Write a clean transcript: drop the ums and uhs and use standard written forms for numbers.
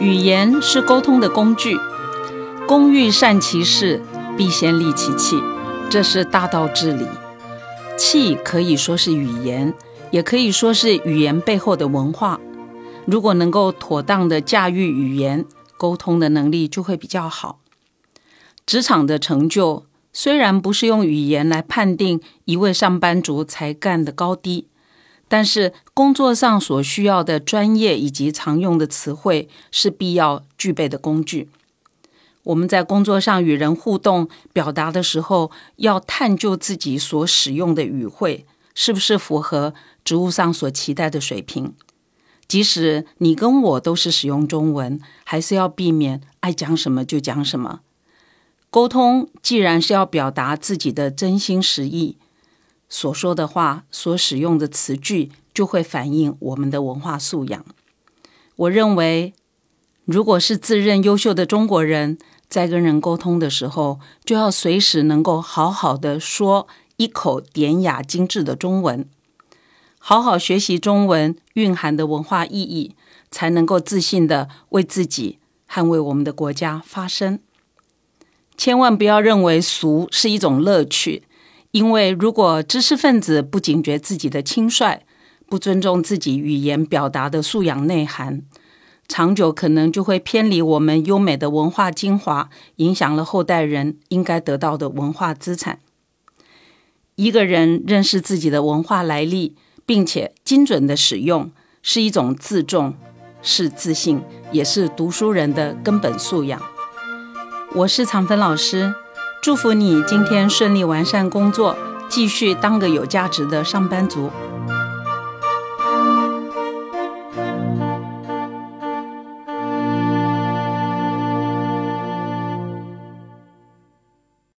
语言是沟通的工具，工欲善其事，必先利其器，这是大道至理。器可以说是语言，也可以说是语言背后的文化。如果能够妥当的驾驭语言，沟通的能力就会比较好。职场的成就虽然不是用语言来判定一位上班族才干的高低，但是工作上所需要的专业以及常用的词汇是必要具备的工具。我们在工作上与人互动表达的时候，要探究自己所使用的语汇是不是符合职务上所期待的水平。即使你跟我都是使用中文，还是要避免爱讲什么就讲什么。沟通既然是要表达自己的真心实意，所说的话，所使用的词句就会反映我们的文化素养。我认为，如果是自认优秀的中国人，在跟人沟通的时候，就要随时能够好好的说一口典雅精致的中文，好好学习中文蕴含的文化意义，才能够自信的为自己捍卫我们的国家发声。千万不要认为俗是一种乐趣，因为如果知识分子不警觉自己的轻率，不尊重自己语言表达的素养内涵，长久可能就会偏离我们优美的文化精华，影响了后代人应该得到的文化资产。一个人认识自己的文化来历，并且精准的使用，是一种自重，是自信，也是读书人的根本素养。我是常芬老师，祝福你今天顺利完善工作，继续当个有价值的上班族。